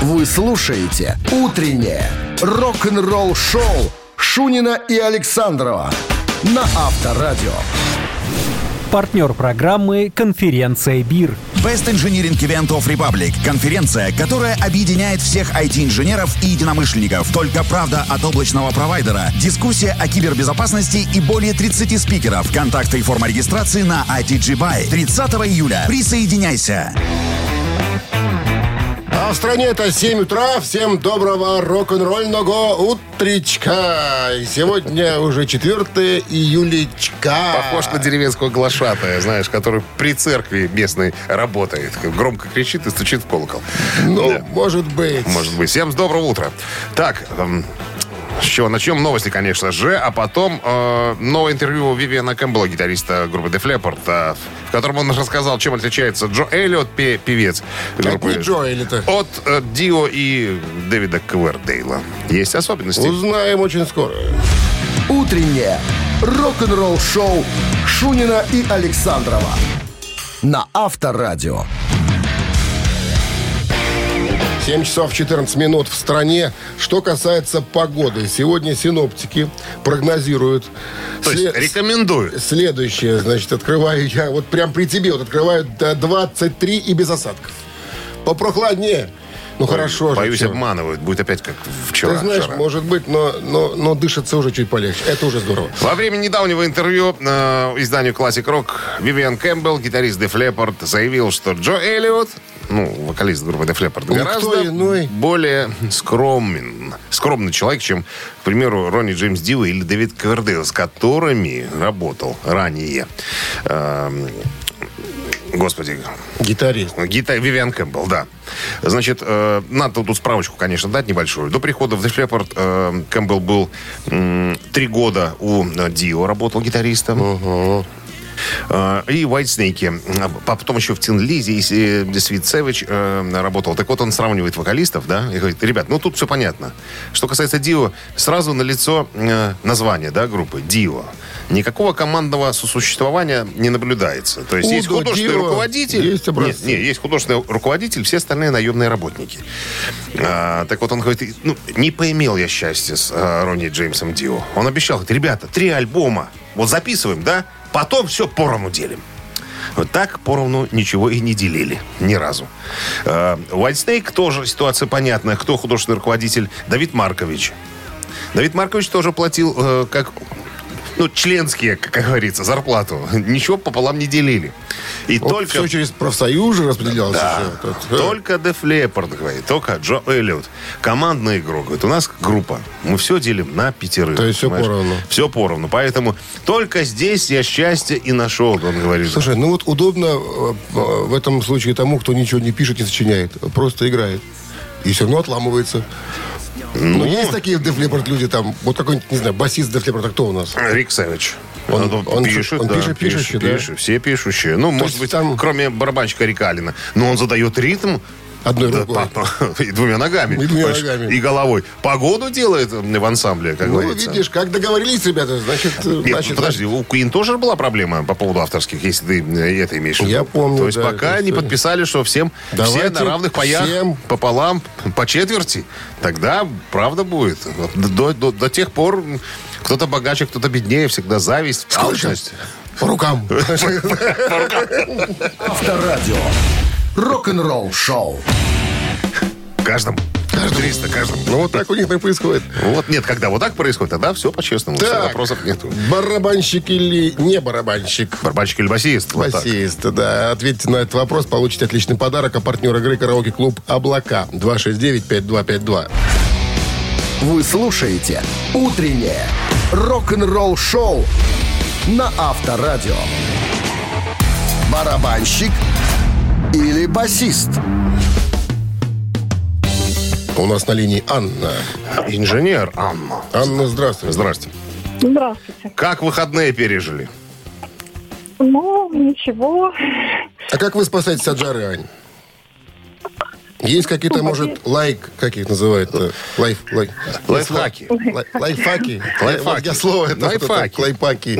Вы слушаете «Утреннее рок-н-ролл-шоу» Шунина и Александрова на Авторадио. Партнер программы «Конференция БИР». Best Engineering Event of Republic. Конференция, которая объединяет всех IT-инженеров и единомышленников. Только правда от облачного провайдера. Дискуссия о кибербезопасности и более 30 спикеров. Контакты и форма регистрации на ITG Buy. 30 июля. Присоединяйся. А в стране это 7 утра. Всем доброго рок-н-ролльного утречка. И сегодня уже 4 июлечка. Похож на деревенского глашатая, знаешь, который при церкви местной работает. Громко кричит и стучит в колокол. Ну, да. Может быть. Может быть. Всем доброго утра. Так, с чего начнем? Новости, конечно же. А потом новое интервью Вивиана Кэмпбелла, гитариста группы Def Leppard, в котором он рассказал, чем отличается Джо Эллиот, певец группы, Джо Эллиота, от Дио и Дэвида Ковердейла. Есть особенности. Узнаем очень скоро. Утреннее рок-н-ролл-шоу Шунина и Александрова на Авторадио. 7 часов 14 минут в стране. Что касается погоды, сегодня синоптики прогнозируют. То есть рекомендуют. Следующее, значит, открываю я, вот прям при тебе, вот открываю до 23 и без осадков. Попрохладнее. Ну, хорошо же. Боюсь, всё. обманывают. Будет опять как вчера. Ты знаешь, вчера. может быть, но дышится уже чуть полегче. Это уже здорово. Во время недавнего интервью изданию Classic Rock Вивиан Кэмпбелл, гитарист Def Leppard, заявил, что Джо Эллиот, вокалист группы Def Leppard, гораздо более скромный человек, чем, к примеру, Ронни Джеймс Дио или Дэвид Ковердейл, с которыми работал ранее. Господи. Гитарист. Вивиан Кэмпбелл, да. Значит, надо тут справочку, конечно, дать небольшую. До прихода в Def Leppard Кэмпбелл был 3 года у Дио, работал гитаристом. Угу. И White Snake. Потом еще в Tin Lizzy и Sweet Savage работал. Так вот, он сравнивает вокалистов, да, и говорит: ребят, тут все понятно. Что касается Дио, сразу налицо название, да, группы Дио. Никакого командного сосуществования не наблюдается. То есть есть художественный руководитель. Есть образцы. Есть художественный руководитель, все остальные наемные работники. Так вот, он говорит: не поимел я счастья с Ронни Джеймсом Дио. Он обещал, говорит: ребята, 3 альбома. Вот записываем, да? Потом все поровну делим. Вот так поровну ничего и не делили. Ни разу. White Snake тоже ситуация понятная. Кто художественный руководитель? Давид Маркович. Давид Маркович тоже платил членские, как говорится, зарплату. Ничего пополам не делили. И только все через профсоюз же распределялось. Да. Только Def Leppard, говорит, только Джо Эллиот. Командная игра, говорит, у нас группа. Мы все делим на 5. То есть все поровну. Все поровну. Поэтому только здесь я счастье и нашел, он говорит. Слушай, удобно в этом случае тому, кто ничего не пишет, не сочиняет. Просто играет. И все равно отламывается. Есть такие в Def Leppard люди там. Вот какой-нибудь, не знаю, басист Def Leppard, кто у нас? Рик Сэвидж. Он пишет, пишущий, да? Все пишущие. Может быть, там, кроме барабанщика Рика Аллена. Но он задает ритм. Одной рукой. И 2 ногами. И головой. Погоду делает в ансамбле, как говорится. Видишь, как договорились, ребята, значит... Подожди, у Queen тоже была проблема по поводу авторских, если ты это имеешь в виду. Я помню, то есть пока не подписали, что все на равных паях, пополам, по четверти, тогда правда будет. До тех пор кто-то богаче, кто-то беднее, всегда зависть, алчность. По рукам. Авторадио. Рок-н-ролл шоу. Каждому. 300 каждому. Вот так у них так происходит. Нет, когда вот так происходит, тогда все по-честному. Все, вопросов нету. Барабанщик или не барабанщик? Барабанщик или басист? Басист, да. Ответьте на этот вопрос, получите отличный подарок. А партнер игры караоке-клуб «Облака». 269-5252. Вы слушаете «Утреннее рок-н-ролл шоу» на Авторадио. Барабанщик или басист? У нас на линии Анна. Инженер Анна. Анна, здравствуйте. Здравствуйте. Здравствуйте. Как выходные пережили? Ничего. А как вы спасаетесь от жары, Ань? Есть какие-то, может, как их называют-то? Лайфхаки. Лайфхаки. Лайфхаки. Я слово это. Лайфхаки. Лайфхаки.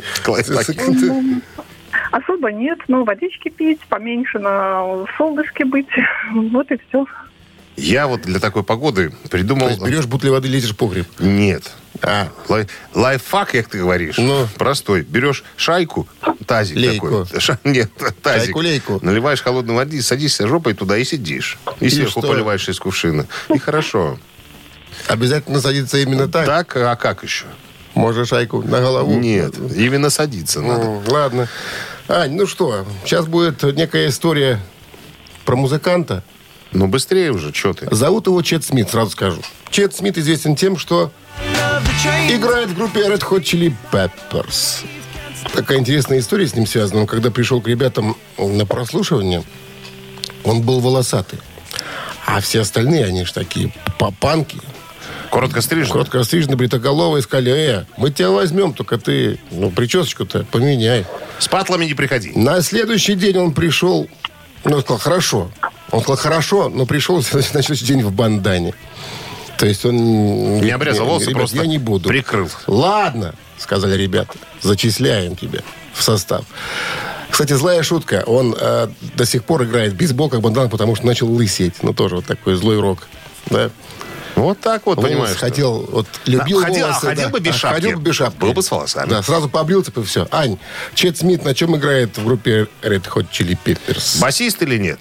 Особо нет, но водички пить, поменьше на солнышке быть. Вот и все. Я вот для такой погоды придумал... То есть берешь бутыль воды, лезешь в погреб? Нет. Лайфхак, как ты говоришь, простой. Берешь шайку, тазик лейку. такой. Нет, тазик. Шайку-лейку. Наливаешь холодной воды, садишься жопой туда и сидишь. И сверху поливаешь из кувшина. И хорошо. Обязательно садиться именно так? Так, а как еще? Можно шайку на голову? Нет, именно садиться надо. Ладно. Ань, ну что, сейчас будет некая история про музыканта. Ну, быстрее уже, что ты? Зовут его Чет Смит, сразу скажу. Чет Смит известен тем, что играет в группе Red Hot Chili Peppers. Такая интересная история с ним связана. Он, когда пришел к ребятам на прослушивание, он был волосатый. А все остальные, они же такие папанки. Коротко стрижены, бритоголовые, сказали, мы тебя возьмем, только ты, причесочку-то поменяй. С патлами не приходи. На следующий день он пришел, он сказал, хорошо. Он сказал, хорошо, но пришел на следующий день в бандане. То есть он... Не обрезал волосы, ребят, просто я не буду. Прикрыл. Ладно, сказали ребята, зачисляем тебя в состав. Кстати, злая шутка. Он до сих пор играет в бейсбол как бандан, потому что начал лысеть. Тоже вот такой злой рок. Да? Вот так вот, понимаешь. Хотел, любил волосы. Ходил бы без шапки. Ходил бы без шапки. Был бы с волосами. Да, сразу побрился бы, все. Ань, Чет Смит на чем играет в группе Red Hot Chili Peppers? Басист или нет?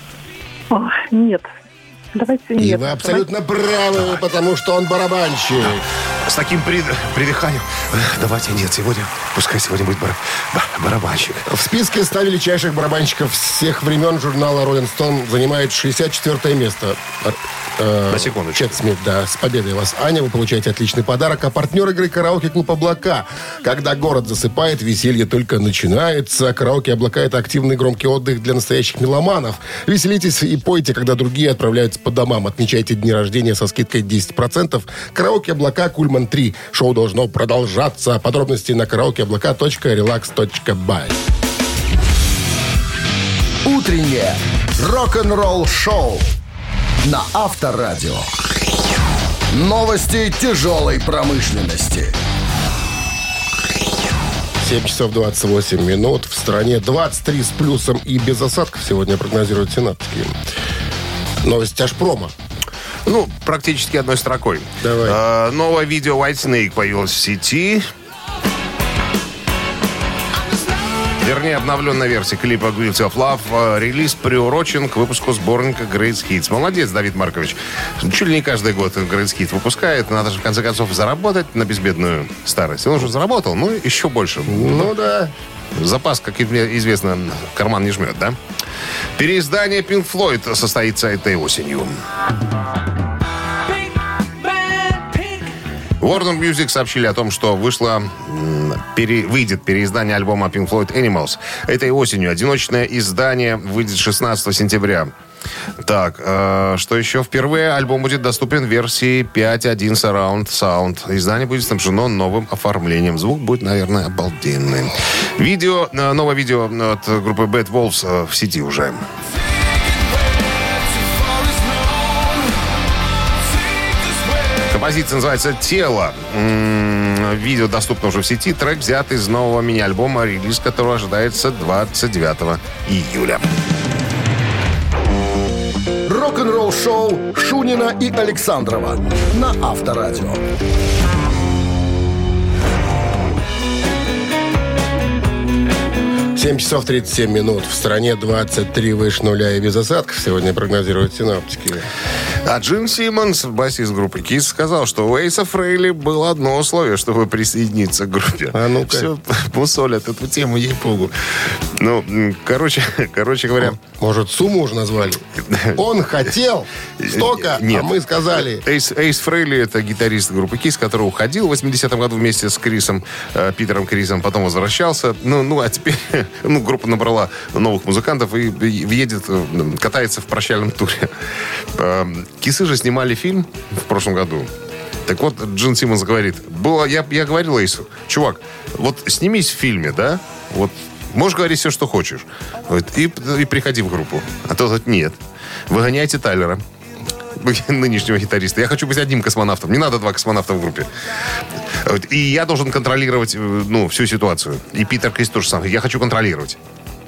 Нет. Давайте нет. И вы абсолютно правы, потому что он барабанщик. С таким придыханием. Давайте нет, пускай сегодня будет барабанщик. В списке 100 величайших барабанщиков всех времен журнала Rolling Stone занимает 64 место. На секундочку. Чет Смит, да. С победой вас, Аня. Вы получаете отличный подарок. А партнер игры «Караоке-клуб Облака». Когда город засыпает, веселье только начинается. «Караоке Облака» — это активный громкий отдых для настоящих меломанов. Веселитесь и пойте, когда другие отправляются по домам. Отмечайте дни рождения со скидкой 10%. «Караоке Облака», Кульман 3. Шоу должно продолжаться. Подробности на karaokeoblaka.relax.by. Утреннее рок-н-ролл-шоу на Авторадио. Новости тяжелой промышленности. 7 часов 28 минут. В стране 23 с плюсом и без осадков сегодня прогнозируют синаптики. Новость Тяжпрома. Практически одной строкой. Давай. Новое видео White Snake появилось в сети. Вернее, обновленная версия клипа Guilty of Love. Релиз приурочен к выпуску сборника Greatest Hits. Молодец, Давид Маркович. Чуть ли не каждый год Greatest Hits выпускает. Надо же, в конце концов, заработать на безбедную старость. Он уже заработал, еще больше. Да. Запас, как известно, карман не жмет, да? Переиздание Pink Floyd состоится этой осенью. Warner Music сообщили о том, что выйдет переиздание альбома Pink Floyd Animals. Этой осенью одиночное издание выйдет 16 сентября. Так, что еще? Впервые альбом будет доступен в версии 5.1 Surround Sound. Издание будет снабжено новым оформлением. Звук будет, наверное, обалденный. Новое видео от группы Bad Wolves в сети уже. Композиция называется «Тело». Видео доступно уже в сети. Трек взят из нового мини-альбома, релиз которого ожидается 29 июля. Рок-н-ролл-шоу Шунина и Александрова на Авторадио. 7 часов 37 минут. В стране 23 выше нуля и без осадков. Сегодня прогнозируют синоптики. А Джин Симмонс, басист группы Kiss, сказал, что у Эйса Фрейли было одно условие, чтобы присоединиться к группе. А ну-ка. Все мусолят эту тему, ей-богу. Короче говоря... Может, сумму уже назвали? Он хотел столько, Нет. а мы сказали... Эйс Фрейли — это гитарист группы Kiss, который уходил в 80-м году вместе с Питером Крисом, потом возвращался. А теперь группа набрала новых музыкантов и катается в прощальном туре. Кисы же снимали фильм в прошлом году. Так вот, Джин Симмонс говорит, я говорил Эйсу, чувак, вот снимись в фильме, да? Вот можешь говорить все, что хочешь. И приходи в группу. А то нет. Выгоняйте Тайлера, нынешнего гитариста. Я хочу быть одним космонавтом. Не надо 2 космонавта в группе. И я должен контролировать всю ситуацию. И Питер Крис тоже самое. Я хочу контролировать.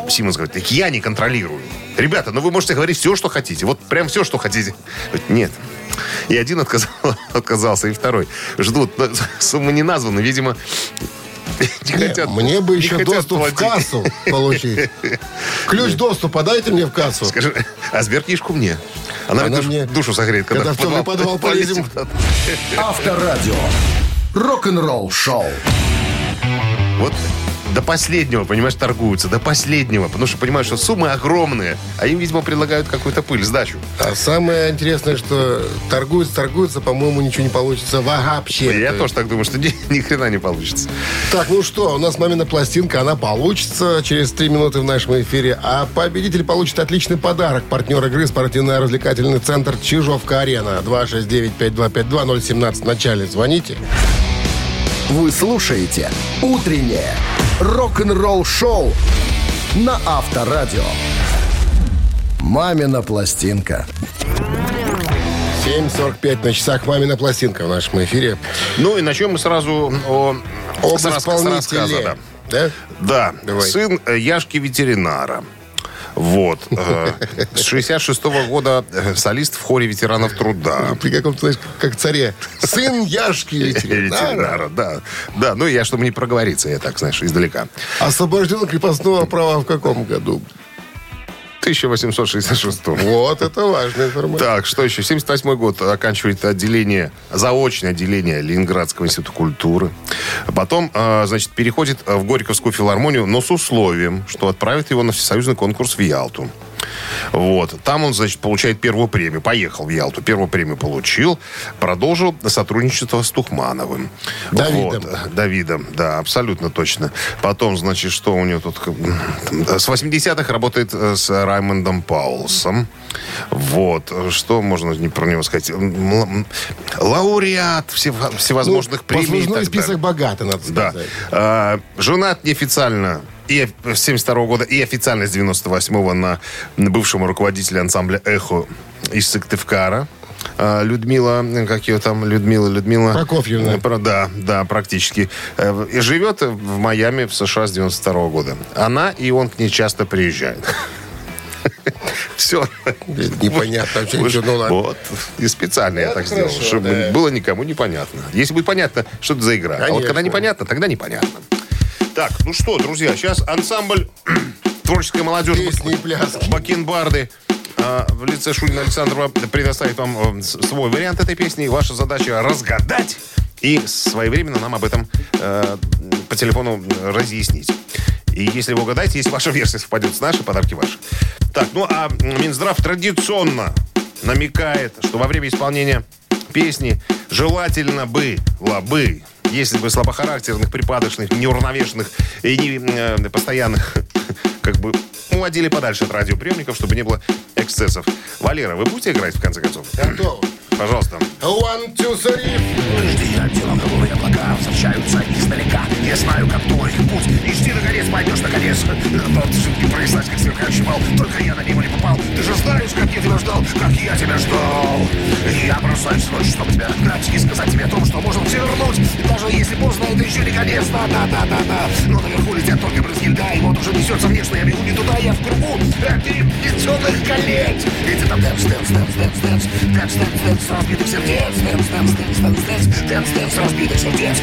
Симмонс говорит, так я не контролирую. Ребята, вы можете говорить все, что хотите. Вот прям все, что хотите. Нет. И один отказался, и второй. Ждут. Сумма не названа, видимо... Не хотят, мне бы еще доступ платить. в кассу получить. Ключ доступа дайте мне в кассу. Скажи, а сберкнижку мне. Она мне душу согреет, когда в темный подвал полезем. Авторадио. Рок-н-ролл шоу. Вот до последнего, понимаешь, торгуются. До последнего. Потому что понимают, что суммы огромные. А им, видимо, предлагают какую-то пыль, сдачу. А самое интересное, что торгуются, по-моему, ничего не получится вообще. Я тоже так думаю, что ни хрена не получится. Так, ну что, у нас «Мамина пластинка», она получится через 3 минуты в нашем эфире. А победитель получит отличный подарок. Партнер игры — спортивно-развлекательный центр «Чижовка-арена». 269-5252-017 в начале. Звоните. Вы слушаете «Утреннее рок-н-ролл-шоу» на Авторадио. «Мамина пластинка». 7:45 на часах «Мамина пластинка» в нашем эфире. Ну и начнем мы сразу Об с рассказа. Да? Да. Давай. Сын Яшки-ветеринара. Вот. С 66-го года солист в хоре ветеранов труда. При каком-то, знаешь, как царе. Сын Яшки ветеринара. Да. Да, ну я, чтобы не проговориться, я так, знаешь, издалека. Освобожден от крепостного права в каком году? 1866. Вот, это важная информация. Так, что еще? 78 год оканчивает заочное отделение Ленинградского института культуры. Потом, значит, переходит в Горьковскую филармонию, но с условием, что отправит его на всесоюзный конкурс в Ялту. Вот. Там он, значит, получает первую премию. Поехал в Ялту. Первую премию получил. Продолжил сотрудничество с Тухмановым. Давидом. Вот. Давидом, да, абсолютно точно. Потом, значит, что у него тут... С 80-х работает с Раймондом Паулсом. Вот. Что можно про него сказать? Лауреат всевозможных премий. Послужной список богатый, надо сказать. Да. Женат неофициально и с 72 года, и официально с 98-го на бывшему руководителя ансамбля «Эхо» из Сыктывкара. Людмила, как ее там, Людмила... Прокофьевна. Да, практически. И живет в Майами, в США с 92 года. Она и он к ней часто приезжают. Все. Непонятно вообще ничего. Ну, ладно. Вот. И специально я так сделал, чтобы было никому непонятно. Если будет понятно, что это за игра. А вот когда непонятно, тогда непонятно. Так, ну что, друзья, сейчас ансамбль творческой молодежи Песни и пляски. Бакенбарды в лице Шунина Александрова предоставит вам свой вариант этой песни. Ваша задача разгадать и своевременно нам об этом по телефону разъяснить. И если вы угадаете, если ваша версия совпадет с нашей, подарки ваши. Так, ну а Минздрав традиционно намекает, что во время исполнения песни желательно было бы, если бы слабохарактерных, припадочных, неуравновешенных и не постоянных, как бы, уводили подальше от радиоприемников, чтобы не было эксцессов. Валера, вы будете играть в конце концов? Готов. Пожалуйста. 1, 2, 3. Жди, отделом голубые облака встречаются издалека. Не знаю, как твой путь. И жди, наконец, пойдешь, наконец. Но ты же не произносишь, как сверкающий вал. Только я на него не попал. Ты же знаешь, как я тебя ждал, как я тебя ждал. Я бросаюсь ночью, чтобы тебя догнать и сказать тебе о том, что можно все вернуть. И даже если поздно, это еще не конец. Да. Но наверху летят только брызги льда, и вот уже несется внешне. Я бегу не туда, я в кругу переплетенных колец. И ты там дэнс разбитых сердец, дэнс разбитых сердец,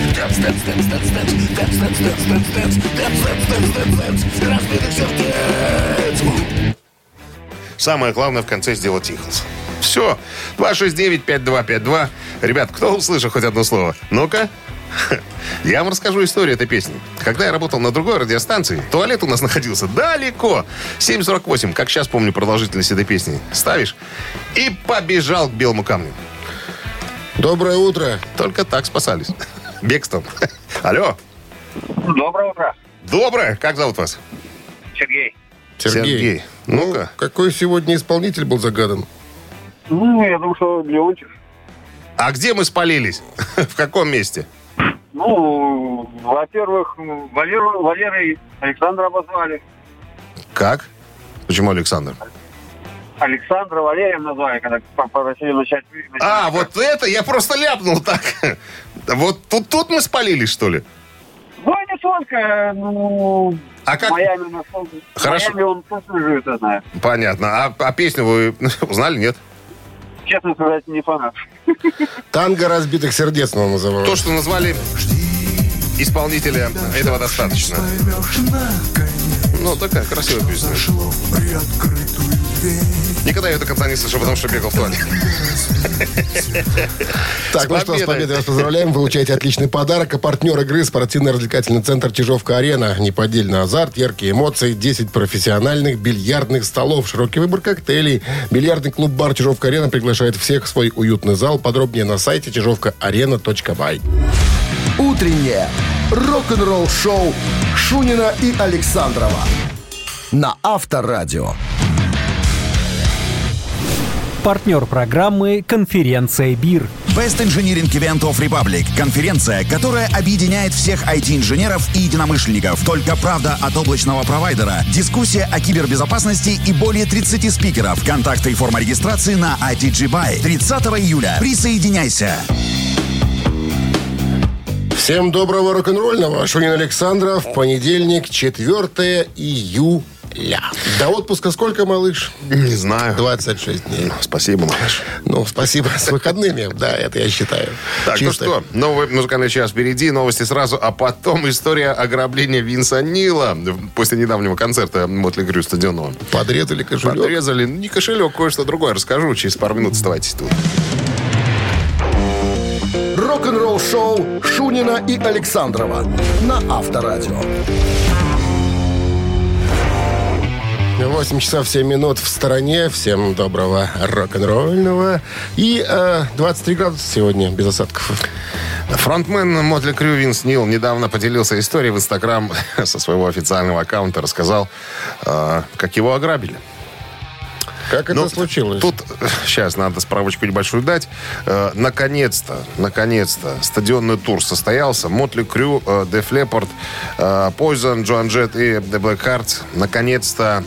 дэнс разбитых сердец. Самое главное в конце сделать ихлс. Все. 269-5252. Ребят, кто услышал хоть одно слово? Ну-ка. Я вам расскажу историю этой песни. Когда я работал на другой радиостанции, туалет у нас находился далеко. 7:48, как сейчас помню продолжительность этой песни. Ставишь и побежал к белому камню. Доброе утро. Только так спасались. Бегством. Алло. Доброе утро. Доброе. Как зовут вас? Сергей. Сергей. Ну-ка. Какой сегодня исполнитель был загадан? Ну, я думаю, что Леонтьев. А где мы спалились? В каком месте? Ну, во-первых, Валерой Александра обозвали. Как? Почему Александр? Александра Валерием назвали, когда попросили начать. А, вот это я просто ляпнул так. Вот тут мы спалились, что ли? Ваня тусовка, ну... А как? Майами, Хорошо. Майами он точно живет, я знаю. Понятно. А песню вы узнали, нет? Честно сказать, не фанат. Танго разбитых сердец он называл. То, что назвали исполнителя, этого достаточно. Ну, такая красивая песня. Никогда я ее до конца не слышал, потому что бегал в туалет. Так, ну что, с победой вас поздравляем. Вы получаете отличный подарок. А партнер игры — спортивно-развлекательный центр «Чижовка-арена». Неподдельный азарт, яркие эмоции, 10 профессиональных бильярдных столов, широкий выбор коктейлей. Бильярдный клуб-бар «Чижовка-арена» приглашает всех в свой уютный зал. Подробнее на сайте чижовкаарена.бай. Утреннее рок-н-ролл-шоу Шунина и Александрова на Авторадио. Партнер программы «Конференция БИР». Best Engineering Event of Republic. Конференция, которая объединяет всех IT-инженеров и единомышленников. Только правда от облачного провайдера. Дискуссия о кибербезопасности и более 30 спикеров. Контакты и форма регистрации на ITG Buy. 30 июля. Присоединяйся. Всем доброго рок-н-ролльного. Шунин Александров. Понедельник, 4 июля. До отпуска сколько, малыш? Не знаю. 26 дней. Спасибо, малыш. Ну, спасибо. С выходными. Да, это я считаю. Так, чисто. ну что, новый музыкальный час впереди, новости сразу, а потом история ограбления Винса Нила после недавнего концерта Мотли Крю стадионного. Подрезали кошелек. Подрезали. Не кошелек, кое-что другое расскажу. Через пару минут оставайтесь тут. Рок-н-ролл-шоу Шунина и Александрова на Авторадио. 8 часов 7 минут в стороне. Всем доброго рок-н-ролльного. И 23 градуса сегодня без осадков. Фронтмен Мотли Крю Винс Нил недавно поделился историей в Инстаграм со своего официального аккаунта. Рассказал, как его ограбили. Как это случилось? Тут сейчас надо справочку небольшую дать. Наконец-то, стадионный тур состоялся. Мотли Крю, Def Leppard, Poison, Joan Jett и The Black Hearts наконец-то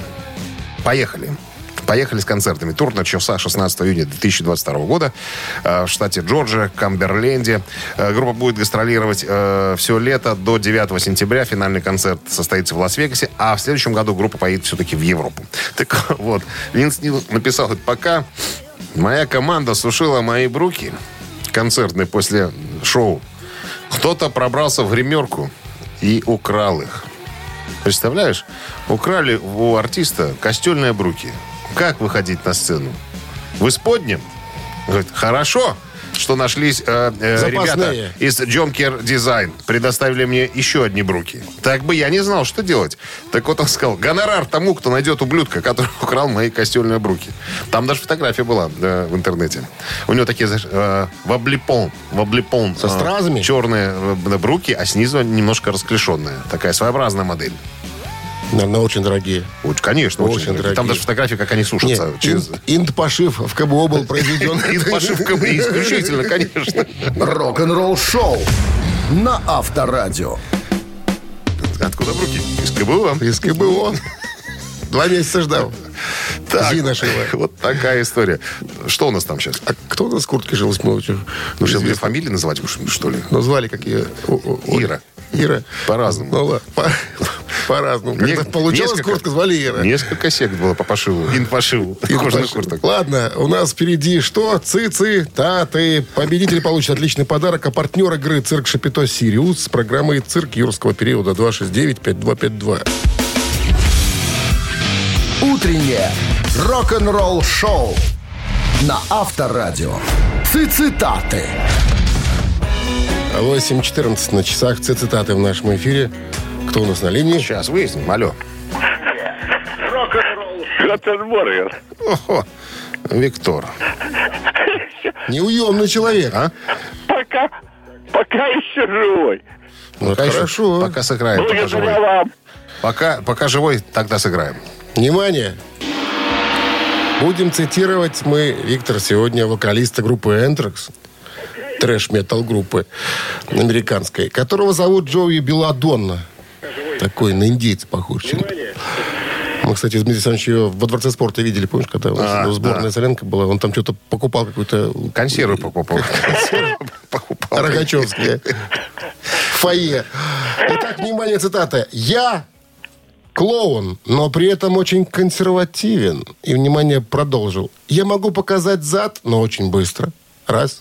поехали с концертами. Тур начался 16 июня 2022 года в штате Джорджия, Камберленде. Группа будет гастролировать все лето до 9 сентября. Финальный концерт состоится в Лас-Вегасе, а в следующем году группа поедет все-таки в Европу. Так вот, Винс Нил написал: пока моя команда сушила мои бруки концертные после шоу, кто-то пробрался в гримерку и украл их. Представляешь? Украли у артиста костюмные бруки. Как выходить на сцену? В исподнем? Говорит, хорошо, что нашлись ребята из Junker Design. Предоставили мне еще одни бруки. Так бы я не знал, что делать. Так вот он сказал: гонорар тому, кто найдет ублюдка, который украл мои костюмные бруки. Там даже фотография была в интернете. У него такие, знаешь, воблипон. Со стразами? Черные бруки, а снизу немножко расклешенные. Такая своеобразная модель. Наверное, очень дорогие. Конечно, очень дорогие. Там даже фотографии, как они сушатся. Инт-пошив в КБО был произведен. Инт-пошив в КБО, исключительно, конечно. Рок-н-ролл-шоу на Авторадио. Откуда бруки? Из КБО. Из КБО. 2 месяца ждал. Так, Зина шила. Вот такая история. Что у нас там сейчас? А кто у нас в куртке жил? Ну, сейчас мне фамилии называть, что ли? Назвали какие? Ира. По-разному. Ну ладно, по-разному. Когда получалась куртка, звали Ира. Несколько сект было по пошиву. Инт-пошиву. Кожаных курток. Ладно, у нас впереди что? Ци-ци-таты. Победитель получит отличный подарок. А партнер игры «Цирк Шапито Сириус» с программой «Цирк юрского периода» 269-5252. Утреннее рок-н-ролл-шоу на Авторадио. Цитаты. 8:14 на часах. Цитаты в нашем эфире. Кто у нас на линии? Сейчас выясним. Алло. Готенбургер. Ого. Виктор. Неуемный человек. А? Пока еще живой. Ну, хорошо. Пока сыграем. Пока живой. Вам. Пока живой, тогда сыграем. Внимание! Будем цитировать мы, Виктор, сегодня вокалиста группы Anthrax, трэш-метал группы американской, которого зовут Джоуи Белладонна. Такой на индейца похож. Мы, кстати, с Дмитрием Александровичем его во Дворце спорта видели, помнишь, когда у нас сборная солянка была, он там что-то покупал, какую-то... Консервы покупал. Рогачевские. Фойе. Итак, внимание, цитата. «Я клоун, но при этом очень консервативен». И, внимание, продолжил. «Я могу показать зад, но очень быстро». Раз.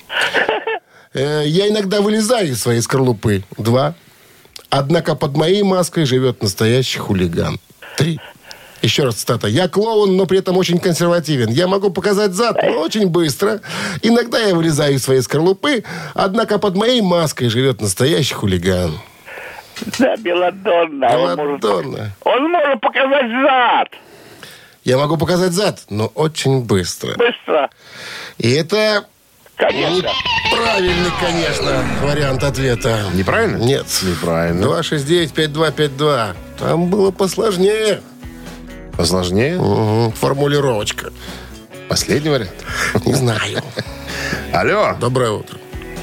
«Я иногда вылезаю из своей скорлупы». Два. «Однако под моей маской живет настоящий хулиган». Три. Еще раз цитата. «Я клоун, но при этом очень консервативен. Я могу показать зад, но очень быстро. Иногда я вылезаю из своей скорлупы, однако под моей маской живет настоящий хулиган». Да, Белладонна. Белладонна. Он может показать зад. Я могу показать зад, но очень быстро. Быстро. И это Конечно. правильный, конечно, вариант ответа. Неправильно? Нет. Неправильно. 269-5252. Там было посложнее. Посложнее? Угу. Формулировочка. Последний вариант? Не знаю. Алло. Доброе утро.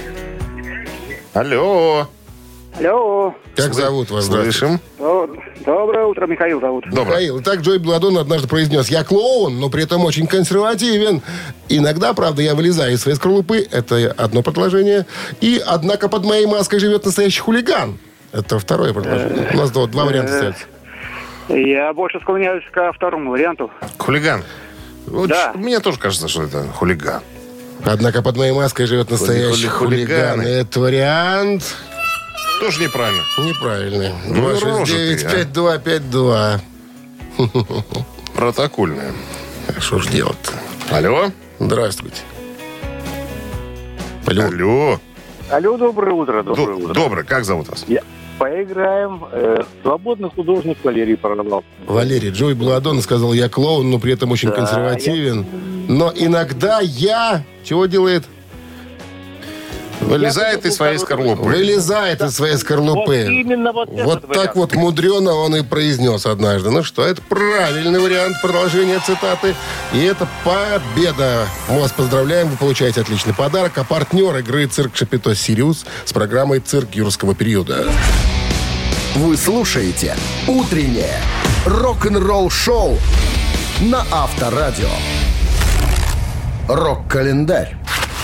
Алло. Алло. Как зовут вас? Слышим. Доброе утро, Михаил зовут. Михаил. Итак, Джой Белладонна однажды произнес: «Я клоун, но при этом очень консервативен. Иногда, правда, я вылезаю из своей скорлупы». Это одно предложение. И, однако, под моей маской живет настоящий хулиган. Это второе предложение. У нас два варианта остается. Я больше склоняюсь ко второму варианту. Хулиган. Вот Да. Мне тоже кажется, что это хулиган. Однако под моей маской живет настоящий хулиган. хулиганы. Это вариант Тоже неправильно. неправильный. Ну и рожа ты, 269-5252. Протокольное. Что ж делать-то? Алло. Здравствуйте. Алло. Алло. Алло, доброе утро. Доброе. Как зовут вас? Поиграем. Свободный художник Валерий Парановал. Валерий, Джой Белладонна сказал: «Я клоун, но при этом очень консервативен. Но иногда я...» Чего делает? Вылезает из своей скорлупы. Вылезает из своей скорлупы. Именно вот Вот так вот мудрено он и произнес однажды. Ну что, это правильный вариант продолжения цитаты. И это победа. Мы вас поздравляем, вы получаете отличный подарок. А партнер игры «Цирк Шапито Сириус» с программой «Цирк юрского периода». Вы слушаете «Утреннее рок-н-ролл-шоу» на Авторадио. Рок-календарь.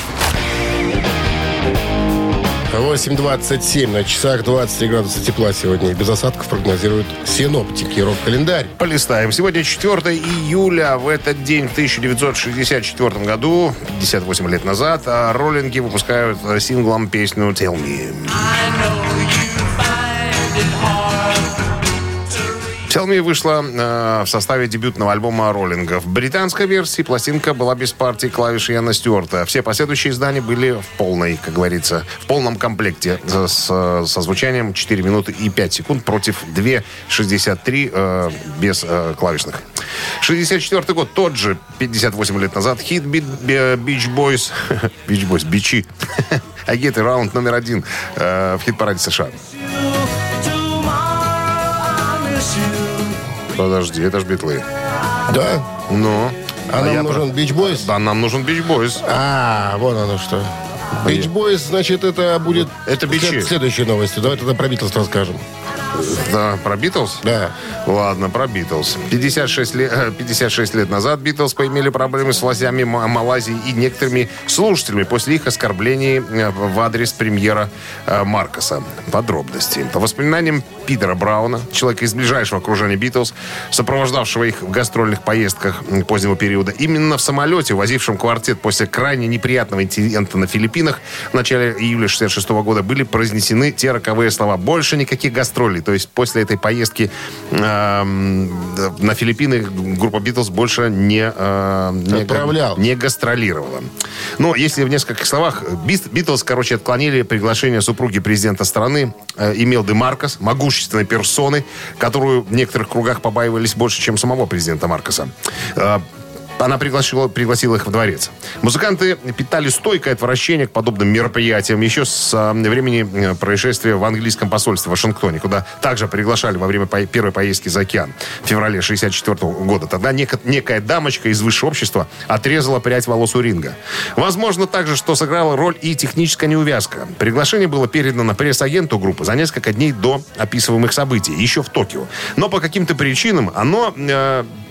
8:27 на часах, 23 градуса тепла сегодня. И без осадков прогнозируют синоптики. Рок-календарь. Полистаем. Сегодня 4 июля. В этот день, в 1964 году, 58 лет назад, роллинги выпускают синглом песню «Tell Me». «Tell Me» вышла в составе дебютного альбома роллингов. В британской версии пластинка была без партии клавиш Иана Стюарта. Все последующие издания были в полной, как говорится, в полном комплекте со звучанием 4 минуты и 5 секунд против 2:63 без клавишных. 64 год, тот же, 58 лет назад, хит Beach Boys, Бичи, I Get Around номер 1 в хит-параде США. Подожди, это ж Битлы. Да? Ну. А нам нужен Beach Boys? Да, нам нужен Beach Boys. Вон оно что. Beach Boys, значит, это будет... Это бичи. Следующие новости. Давай тогда про Битлз расскажем. Да, про Битлз? Да. Ладно, про Битлз. 56 лет назад Битлз поимели проблемы с властями Малайзии и некоторыми слушателями после их оскорблений в адрес премьера Маркоса. Подробности. По воспоминаниям Питера Брауна, человека из ближайшего окружения Битлз, сопровождавшего их в гастрольных поездках позднего периода, именно в самолете, возившем квартет после крайне неприятного инцидента на Филиппинах в начале июля 1966 года, были произнесены те роковые слова: «Больше никаких гастролей». То есть после этой поездки на Филиппины группа Битлз больше не гастролировала. Но если в нескольких словах, Битлз, отклонили приглашение супруги президента страны Имелды Маркос, могущественной персоны, которую в некоторых кругах побаивались больше, чем самого президента Маркоса. Она пригласила их в дворец. Музыканты питали стойкое отвращение к подобным мероприятиям еще с времени происшествия в английском посольстве в Вашингтоне, куда также приглашали во время первой поездки за океан в феврале 1964 года. Тогда некая дамочка из высшего общества отрезала прядь волос у Ринга. Возможно также, что сыграла роль и техническая неувязка. Приглашение было передано пресс-агенту группы за несколько дней до описываемых событий, еще в Токио. Но по каким-то причинам оно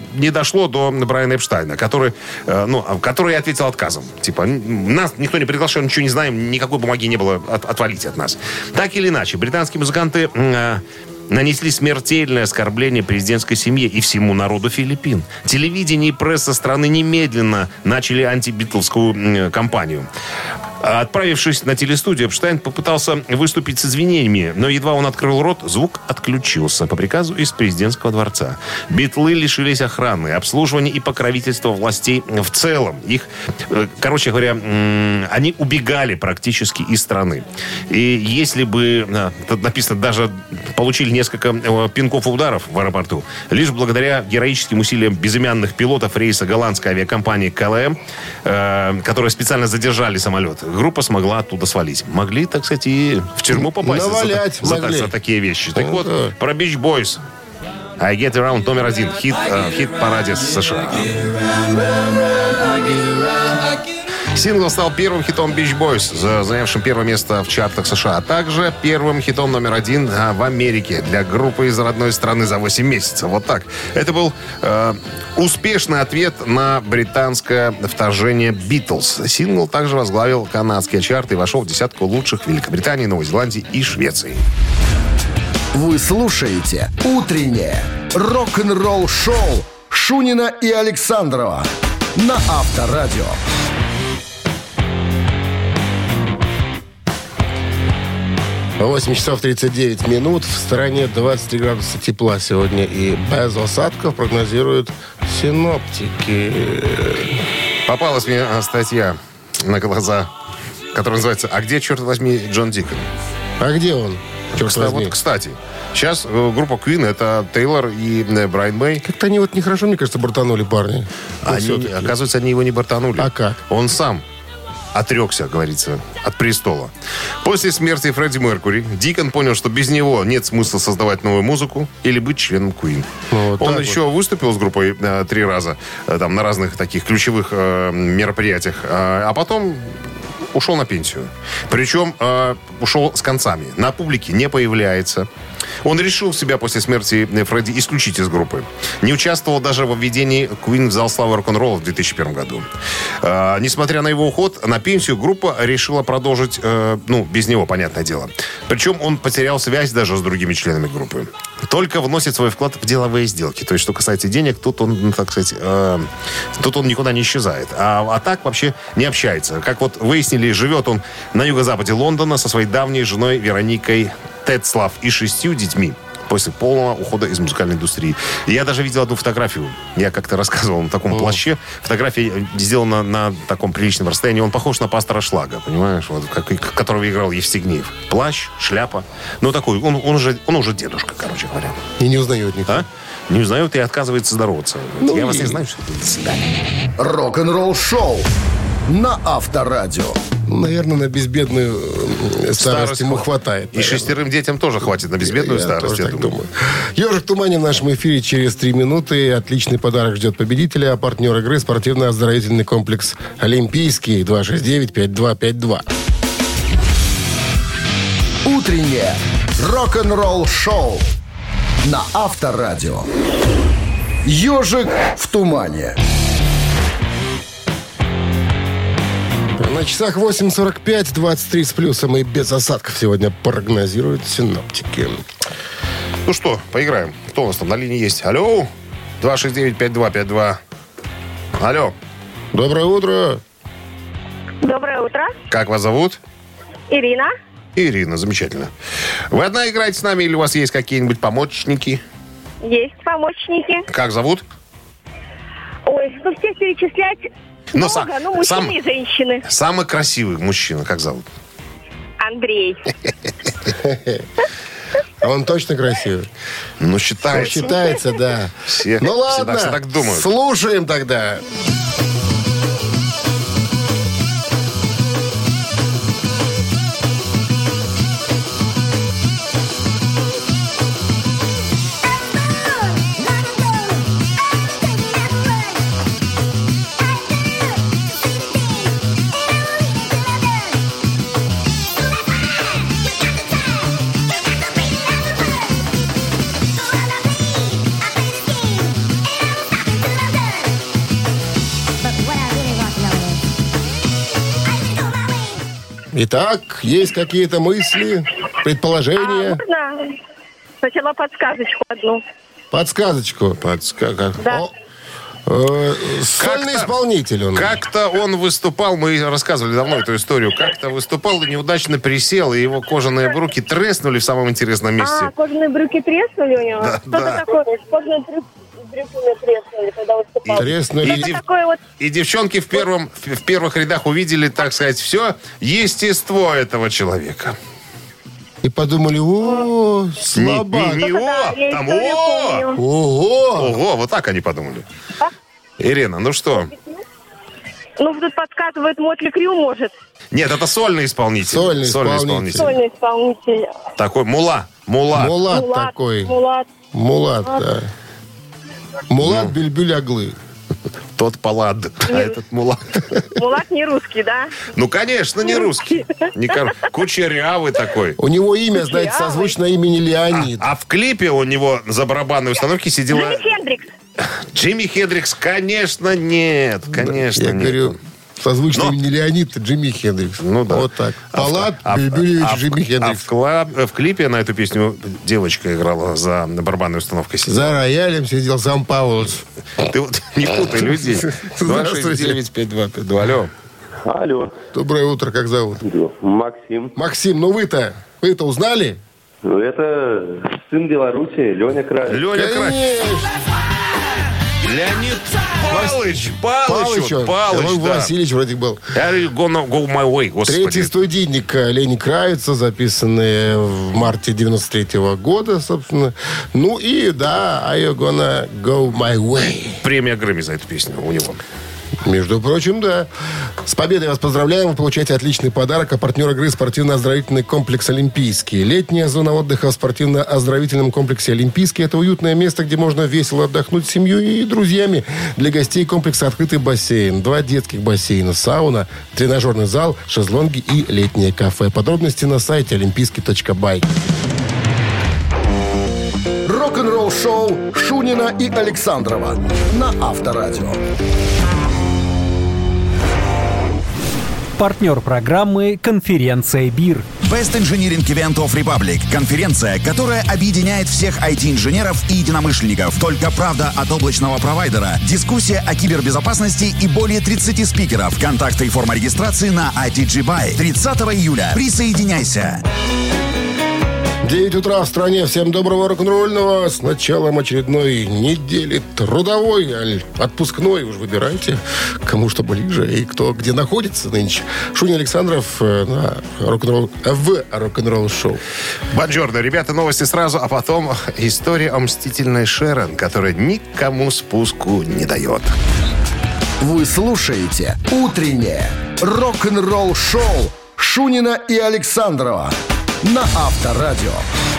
не дошло до Брайана Эпштейна, который ответил отказом. Типа, нас никто не приглашал, ничего не знаем, никакой бумаги не было, отвалите от нас. Так или иначе, британские музыканты нанесли смертельное оскорбление президентской семье и всему народу Филиппин. Телевидение и пресса страны немедленно начали антибитловскую кампанию. Отправившись на телестудию, Эпштейн попытался выступить с извинениями, но едва он открыл рот, звук отключился по приказу из президентского дворца. Битлы лишились охраны, обслуживания и покровительства властей в целом. Короче говоря, они убегали практически из страны. И если бы, тут написано, даже получили несколько пинков и ударов в аэропорту, лишь благодаря героическим усилиям безымянных пилотов рейса голландской авиакомпании КЛМ, которые специально задержали самолет, группа смогла оттуда свалить. Могли, так сказать, и в тюрьму попасть за такие вещи. Так вот, про Beach Boys. I Get Around номер 1. Хит в хит-параде США. Сингл стал первым хитом Beach Boys, занявшим первое место в чартах США, а также первым хитом номер 1 в Америке для группы из родной страны за 8 месяцев. Вот так. Это был успешный ответ на британское вторжение Битлз. Сингл также возглавил канадские чарты и вошел в десятку лучших в Великобритании, Новой Зеландии и Швеции. Вы слушаете «Утреннее рок-н-ролл-шоу» Шунина и Александрова на Авторадио. 8 часов 39 минут. В стороне 23 градуса тепла сегодня и без осадков прогнозируют синоптики. Попалась мне статья на глаза, которая называется «А где, черт возьми, Джон Дикон?» А где он? Вот, кстати, сейчас группа Queen — это Тейлор и Брайан Мэй. Как-то они нехорошо, мне кажется, бортанули парни. Оказывается, они его не бортанули. А как? Он сам отрекся, говорится, от престола. После смерти Фредди Меркьюри Дикон понял, что без него нет смысла создавать новую музыку или быть членом Queen. Он еще выступил с группой 3 раза там, на разных таких ключевых мероприятиях, а потом ушел на пенсию. Причем ушел с концами. На публике не появляется. Он решил себя после смерти Фредди исключить из группы. Не участвовал даже во введении Queen в зал славы рок-н-ролла в 2001 году. Несмотря на его уход на пенсию, группа решила продолжить, без него, понятное дело. Причем он потерял связь даже с другими членами группы. Только вносит свой вклад в деловые сделки. То есть, что касается денег, тут он, так сказать, тут он никуда не исчезает. А так вообще не общается. Как вот выяснили, живет он на юго-западе Лондона со своей давней женой Вероникой Тетслав и 6 детьми после полного ухода из музыкальной индустрии. Я даже видел одну фотографию. Я как-то рассказывал на таком плаще. Фотография сделана на таком приличном расстоянии. Он похож на пастора Шлага, понимаешь? Вот, которого играл Евстигнеев. Плащ, шляпа. Ну, такой. Он уже дедушка, короче говоря. И не узнает никто. А? Не узнает и отказывается здороваться. Я вас не знаю, что это. До свидания. Рок-н-ролл-шоу на Авторадио. Наверное, на безбедную старость ему хватает. И 6 детям тоже хватит на безбедную старость, я думаю. «Ежик в тумане» в нашем эфире через 3 минуты. Отличный подарок ждет победителя. А партнер игры — спортивно-оздоровительный комплекс «Олимпийский». 269-5252. Утреннее рок-н-ролл-шоу на Авторадио. «Ежик в тумане». На часах 8:45, 23 с плюсом и без осадков сегодня прогнозируют синоптики. Ну что, поиграем. Кто у нас там на линии есть? Алло? 269-5252. Алло. Доброе утро. Доброе утро. Как вас зовут? Ирина. Ирина, замечательно. Вы одна играете с нами или у вас есть какие-нибудь помощники? Есть помощники. Как зовут? Ой, всех перечислять много, мужчины и женщины. Самый красивый мужчина, как зовут? Андрей. А он точно красивый? Ну, считается. Считается, да. Все, ну ладно, всегда так думают. Слушаем тогда. Итак, есть какие-то мысли, предположения? Можно сначала подсказочку одну? Подсказочку. Да. Сольный исполнитель он. Как-то он выступал, мы рассказывали давно эту историю, как-то выступал и неудачно присел, и его кожаные брюки треснули в самом интересном месте. Кожаные брюки треснули у него? Да, Что-то такое. Кожаные брюки треснули, когда выступал. Треснули. И девчонки в первых рядах увидели, так сказать, все естество этого человека. И подумали, слабак. Там Ого! Ого, вот так они подумали. Ирина, ну что? Ну, тут подсказывает Мотли Крю, может. Нет, это сольный исполнитель. Сольный исполнитель. Сольный исполнитель. Такой Мулат такой. Мулат. Да. Мулат Бюльбюль Аглы. Тот Палад, а этот Мулат. Мулат не русский, да? Ну, конечно, не русский. Кучерявый такой. У него имя, знаете, созвучно имени Леонид. А в клипе у него за барабанной установки сидела... Джимми Хендрикс. Джимми Хендрикс, конечно, нет. Конечно, Я нет. говорю, созвучно имени Леонид, Джимми Хендрикс. Ну да. Вот так. Палат Бюльбюлевич Джимми Хендрикс. В клипе на эту песню девочка играла за барабанной установкой. За роялем сидел сам Паулс. Ты вот не путай людей. 269-5252. Алло. Алло. Доброе утро, как зовут? Максим. Максим, ну вы-то узнали? Ну, это сын Беларуси, Леня Краев. Леня Краев. Леонид Палыч, Леонид да. Васильевич вроде был. Gonna go my way, господи. Третий студийник Лени Кравица, записанный в марте 93-го года, собственно. Ну и, да, I gonna go my way. Премия Грэмми за эту песню у него. Между прочим, да. С победой вас поздравляем. Вы получаете отличный подарок. А партнер игры спортивно-оздоровительный комплекс «Олимпийский». Летняя зона отдыха в спортивно-оздоровительном комплексе «Олимпийский» — это уютное место, где можно весело отдохнуть с семьей и друзьями. Для гостей комплекса открытый бассейн, 2 детских бассейна, сауна, тренажерный зал, шезлонги и летнее кафе. Подробности на сайте олимпийский.бай. Рок-н-ролл шоу Шунина и Александрова на Авторадио. Партнер программы «Конференция БИР». Best Engineering Event of Republic. Конференция, которая объединяет всех IT-инженеров и единомышленников. Только правда от облачного провайдера. Дискуссия о кибербезопасности и более 30 спикеров. Контакты и форма регистрации на ITG Buy. 30 июля. Присоединяйся. 9 утра в стране. Всем доброго рок-н-ролльного. С началом очередной недели трудовой, отпускной. Уж выбирайте, кому что ближе и кто где находится нынче. Шунин Александров на рок-н-ролл шоу. Бонжорно, ребята, новости сразу, а потом история о мстительной Шерон, которая никому спуску не дает. Вы слушаете «Утреннее рок-н-ролл-шоу» Шунина и Александрова на Авторадио.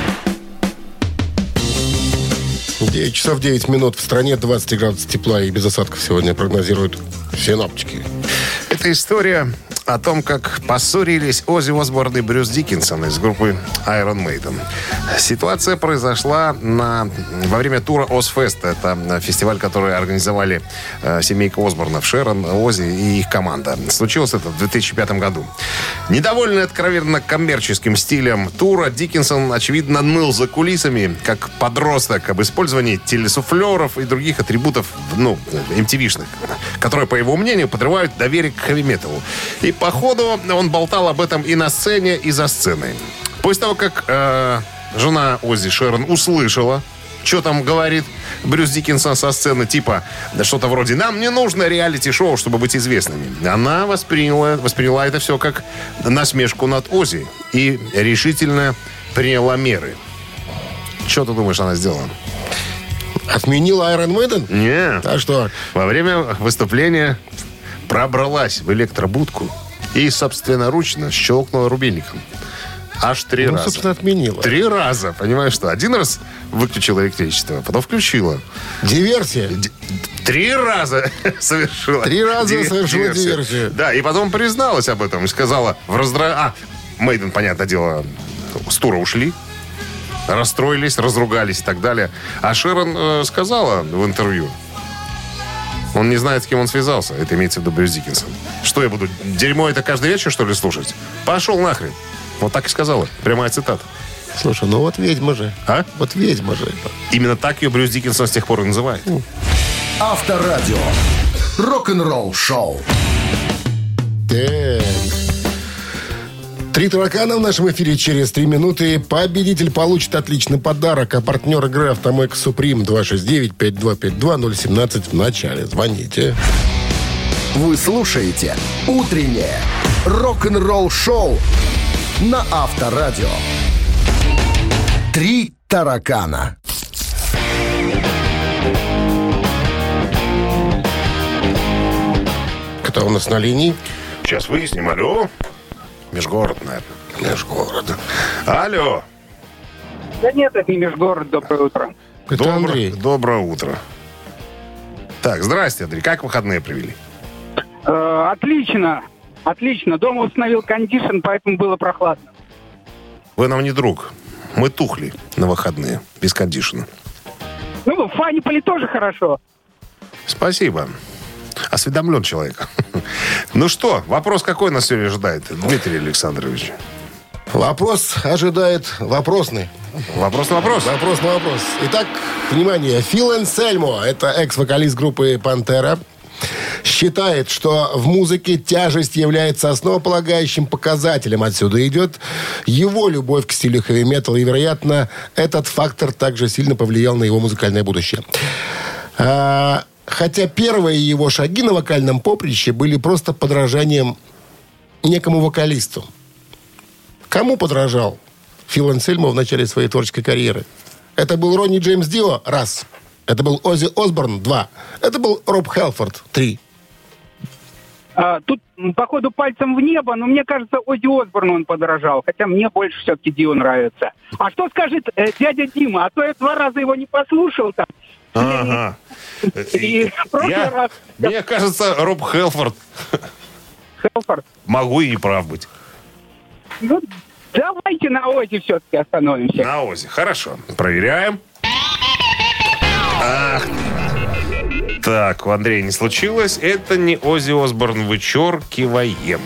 9 часов 9 минут в стране, 20 градусов тепла и без осадков сегодня прогнозируют синоптики. Это история о том, как поссорились Оззи Осборн и Брюс Диккинсон из группы Iron Maiden. Ситуация произошла во время тура Озфест. Это фестиваль, который организовали семейка Осборнов, Шерон, Оззи и их команда. Случилось это в 2005 году. Недовольный откровенно коммерческим стилем тура, Диккинсон, очевидно, ныл за кулисами, как подросток, об использовании телесуфлеров и других атрибутов, MTV-шных, которые, по его мнению, подрывают доверие к хэви-металу. И по ходу он болтал об этом и на сцене, и за сценой. После того, как жена Оззи, Шерон, услышала, что там говорит Брюс Диккинсон со сцены, типа, да что-то вроде «нам не нужно реалити-шоу, чтобы быть известными». Она восприняла это все как насмешку над Оззи и решительно приняла меры. Что ты думаешь, она сделала? Отменила Iron Maiden? Нет. А что? Во время выступления пробралась в электробудку и собственноручно щелкнула рубильником. Аж 3 раза. Собственно, отменила. 3 раза. Понимаешь, что? 1 раз выключила электричество, потом включила. Диверсия. 3 раза совершила. 3 раза совершила диверсию. Да, и потом призналась об этом и сказала Мейден, понятное дело, с тура ушли, расстроились, разругались и так далее. А Шерон сказала в интервью, Он не знает, с кем он связался. Это имеется в виду Брюс Диккенсон. Что я буду, дерьмо это каждый вечер, что ли, слушать? Пошел нахрен. Вот так и сказала. Прямая цитата. Слушай, ну вот ведьма же. А? Вот ведьма же. Именно так ее Брюс Диккенсон с тех пор и называет. Авторадио. Рок-н-ролл шоу. Так. 3 таракана в нашем эфире через 3 минуты. Победитель получит отличный подарок. А партнер игры «Автомойка Суприм» 269-5252-017 в начале. Звоните. Вы слушаете «Утреннее рок-н-ролл шоу» на Авторадио. 3 таракана. Кто у нас на линии? Сейчас выясним. Алло. Межгород, наверное. Межгород. Алло. Да нет, это не Межгород. Доброе утро. Это Андрей. Доброе утро. Так, здрасте, Андрей. Как выходные провели? Отлично. Отлично. Дома установил кондишн, поэтому было прохладно. Вы нам не друг. Мы тухли на выходные, без кондишена. Ну, в Фаниполе тоже хорошо. Спасибо. Осведомлен человек. Ну что, вопрос какой нас сегодня ожидает, Дмитрий Александрович? Вопрос ожидает вопросный. Вопрос на вопрос. Вопрос на вопрос. Итак, внимание. Фил Энсельмо, это экс-вокалист группы «Пантера», считает, что в музыке тяжесть является основополагающим показателем. Отсюда идет его любовь к стилю хэви-метал. И, вероятно, этот фактор также сильно повлиял на его музыкальное будущее. Хотя первые его шаги на вокальном поприще были просто подражанием некому вокалисту. Кому подражал Фил Энсельмо в начале своей творческой карьеры? Это был Ронни Джеймс Дио, раз. Это был Оззи Осборн, 2. Это был Роб Хелфорд, 3. Тут, походу, пальцем в небо, но мне кажется, Оззи Осборну он подражал. Хотя мне больше все-таки Дио нравится. А что скажет дядя Дима? А то я 2 раза его не послушал там. Ага. Мне кажется, Роб Хелфорд. Хелфорд? Могу и не прав быть. Ну, давайте на Оззи все-таки остановимся. На Оззи. Хорошо. Проверяем. Ах. Так, у Андрея не случилось. Это не Оззи Осборн. Вычеркиваем.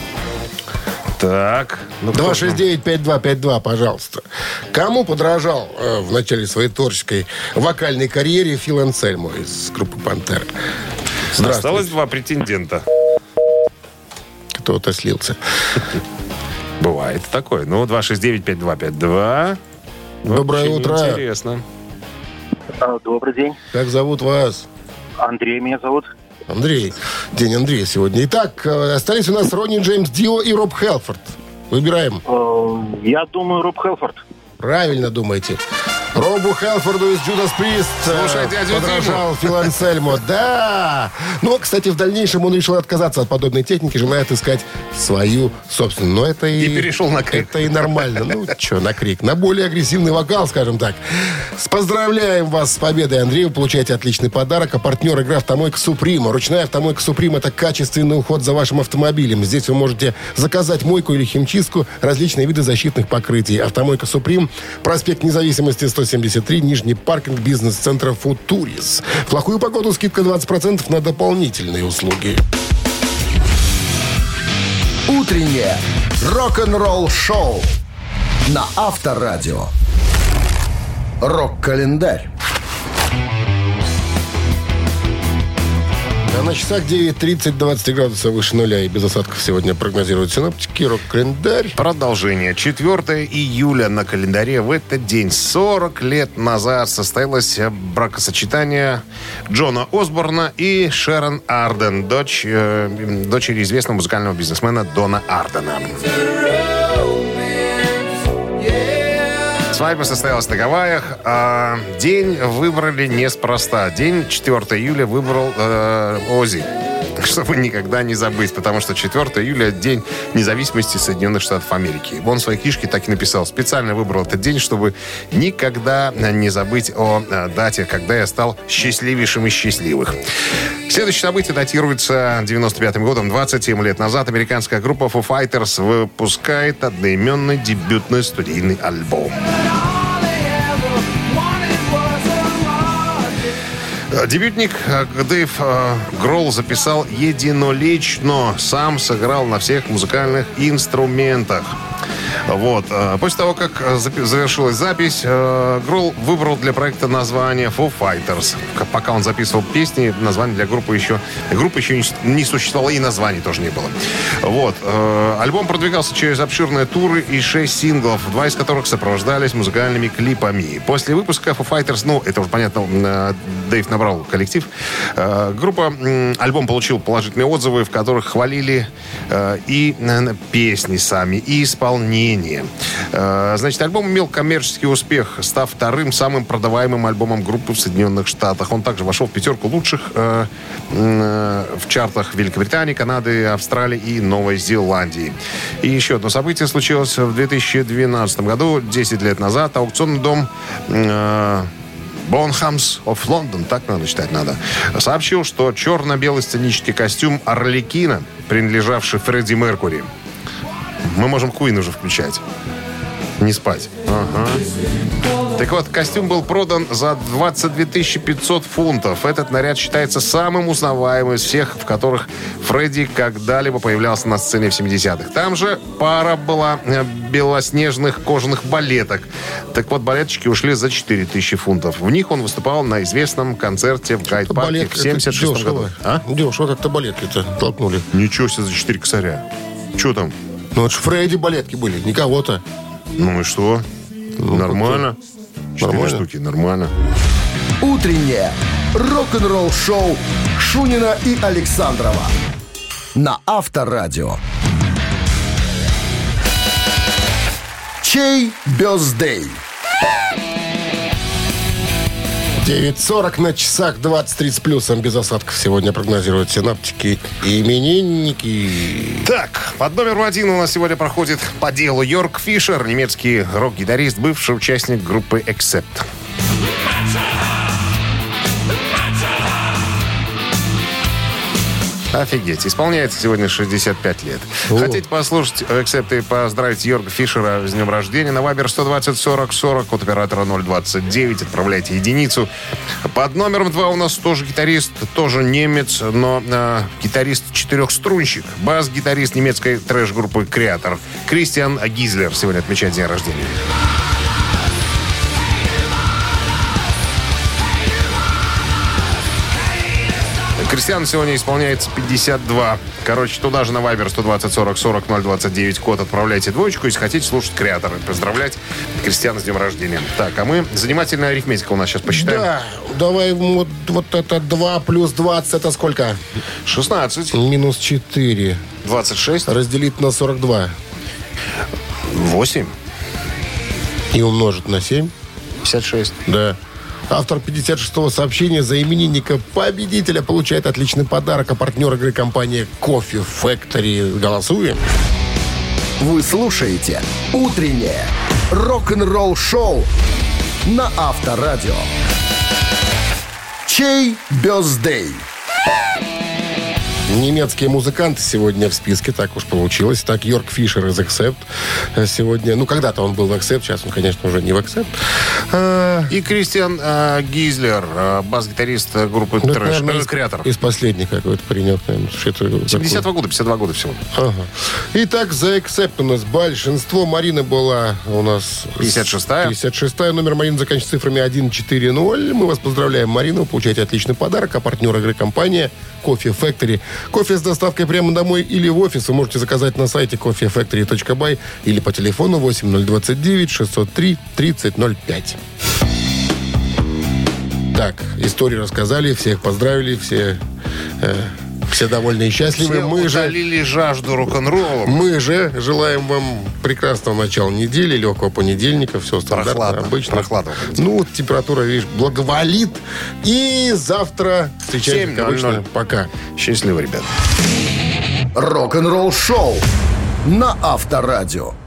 Так. 269-5252, пожалуйста. Кому подражал в начале своей творческой вокальной карьере Фил Энсельмо из группы «Пантера»? Осталось 2 претендента. Кто-то слился. Бывает такое. Ну, 269-5252. Доброе утро. Интересно. Добрый день. Как зовут вас? Андрей меня зовут. Андрей. День Андрея сегодня. Итак, остались у нас Ронни Джеймс Дио и Роб Хелфорд. Выбираем. Я думаю, Роб Хелфорд. Правильно думаете. Робу Хелфорду из Judas Priest подражал Фил Энсельмо. Да! Но, кстати, в дальнейшем он решил отказаться от подобной техники, желая отыскать свою собственную. Но это и перешел на крик. Это и нормально. Ну, что, на крик. На более агрессивный вокал, скажем так. Поздравляем вас с победой, Андрей. Вы получаете отличный подарок. А партнер игры «Автомойка Суприма». Ручная «Автомойка Суприма» — это качественный уход за вашим автомобилем. Здесь вы можете заказать мойку или химчистку, различные виды защитных покрытий. «Автомойка Суприм», проспект Независимости, 173, нижний паркинг бизнес-центра «Футурис». В плохую погоду скидка 20% на дополнительные услуги. Утреннее рок-н-ролл-шоу на Авторадио. Рок-календарь. А на часах 9:30, 20 градусов выше нуля и без осадков сегодня прогнозируют синоптики. Рок-календарь. Продолжение. 4 июля на календаре. В этот день 40 лет назад состоялось бракосочетание Джона Осборна и Шерон Арден, дочери известного музыкального бизнесмена Дона Ардена. Свадьба состоялась на Гавайях. День выбрали неспроста. День 4 июля выбрал Оззи. Чтобы никогда не забыть, потому что 4 июля – День независимости Соединенных Штатов Америки. Он в своей книжке так и написал. Специально выбрал этот день, чтобы никогда не забыть о дате, когда я стал счастливейшим из счастливых. Следующее событие датируется 95-м годом. 27 лет назад американская группа Foo Fighters выпускает одноименный дебютный студийный альбом. Дебютник Дэйв Гролл записал единолично. Сам сыграл на всех музыкальных инструментах. Вот. После того, как завершилась запись, Гролл выбрал для проекта название Foo Fighters. Пока он записывал песни, название для группы еще не существовало, и названий тоже не было. Вот. Альбом продвигался через обширные туры и 6 синглов, 2 из которых сопровождались музыкальными клипами. После выпуска Foo Fighters, это уже понятно, Дэйв набрал коллектив. Альбом получил положительные отзывы, в которых хвалили и песни сами, и исполнение. Значит, альбом имел коммерческий успех, став вторым самым продаваемым альбомом группы в Соединенных Штатах. Он также вошел в 5 лучших в чартах Великобритании, Канады, Австралии и Новой Зеландии. И еще одно событие случилось в 2012 году, 10 лет назад. Аукционный дом Bonhams of London, так надо читать надо, сообщил, что черно-белый сценический костюм Арлекина, принадлежавший Фредди Меркьюри. Мы можем Queen уже включать. Не спать. Ага. Так вот, костюм был продан за 22 500 фунтов. Этот наряд считается самым узнаваемым из всех, в которых Фредди когда-либо появлялся на сцене в 70-х. Там же пара была белоснежных кожаных балеток. Так вот, балеточки ушли за 4000 фунтов. В них он выступал на известном концерте в Гайд-парке в 76 году. Дешево как-то балетки-то толкнули. Ничего себе, за 4 косаря. Что там? Ну, это же Фредди балетки были, не кого-то. Ну и что? Нормально. 4 штуки, нормально. Утреннее рок-н-ролл-шоу Шунина и Александрова на Авторадио. Чей бёздей? 9:40 на часах, 20-30 с плюсом, без осадков сегодня прогнозируют синаптики и именинники. Так, под номером 1 у нас сегодня проходит по делу Йорк Фишер, немецкий рок-гитарист, бывший участник группы Accept. Офигеть. Исполняется сегодня 65 лет. Хотите послушать Accept и поздравить Йорга Фишера с днем рождения? На Viber 120 40 40 от оператора 029. Отправляйте единицу. Под номером 2 у нас тоже гитарист, тоже немец, но гитарист-четырехструнщик. Бас-гитарист немецкой трэш-группы Креатор. Кристиан Гизлер сегодня отмечает день рождения. Кристиану сегодня исполняется 52. Короче, туда же на Viber 120 40 40 029 код отправляйте двоечку, если хотите слушать Креатора. Поздравлять Кристиана с днем рождения. Так, а мы занимательная арифметика у нас сейчас посчитаем. Да, давай вот это 2 плюс 20, это сколько? 16. Минус 4. 26. Разделить на 42. 8. И умножить на 7. 56. Да. Автор 56-го сообщения за именинника победителя получает отличный подарок. А партнер игры компания Coffee Factory. Голосуем. Вы слушаете «Утреннее рок-н-ролл-шоу» на Авторадио. Чей бёздей? Немецкие музыканты сегодня в списке, так уж получилось. Так, Йорк Фишер из Accept сегодня. Ну, когда-то он был в Accept, сейчас он, конечно, уже не в Accept. И Кристиан Гизлер, бас-гитарист группы Креатор. Из последних какой-то паренек, наверное. 70-го года, 52 года всего. Ага. Итак, за Accept у нас большинство. Марина была у нас... 56-я. 56-я. Номер Марины заканчивается цифрами 140. Мы вас поздравляем, Марина. Вы получаете отличный подарок. А партнер игры компания Coffee Factory. Кофе с доставкой прямо домой или в офис вы можете заказать на сайте coffeefactory.by или по телефону 8029 603 3005. Так, историю рассказали, всех поздравили, все довольны и счастливы. Все утолили жажду рок-н-ролла. Мы же желаем вам прекрасного начала недели, легкого понедельника, все стандартно, обычно. Прохладно. Ну, вот температура, видишь, благоволит. И завтра встречаемся, как обычно. Пока. Счастливо, ребят. Рок-н-ролл-шоу на Авторадио.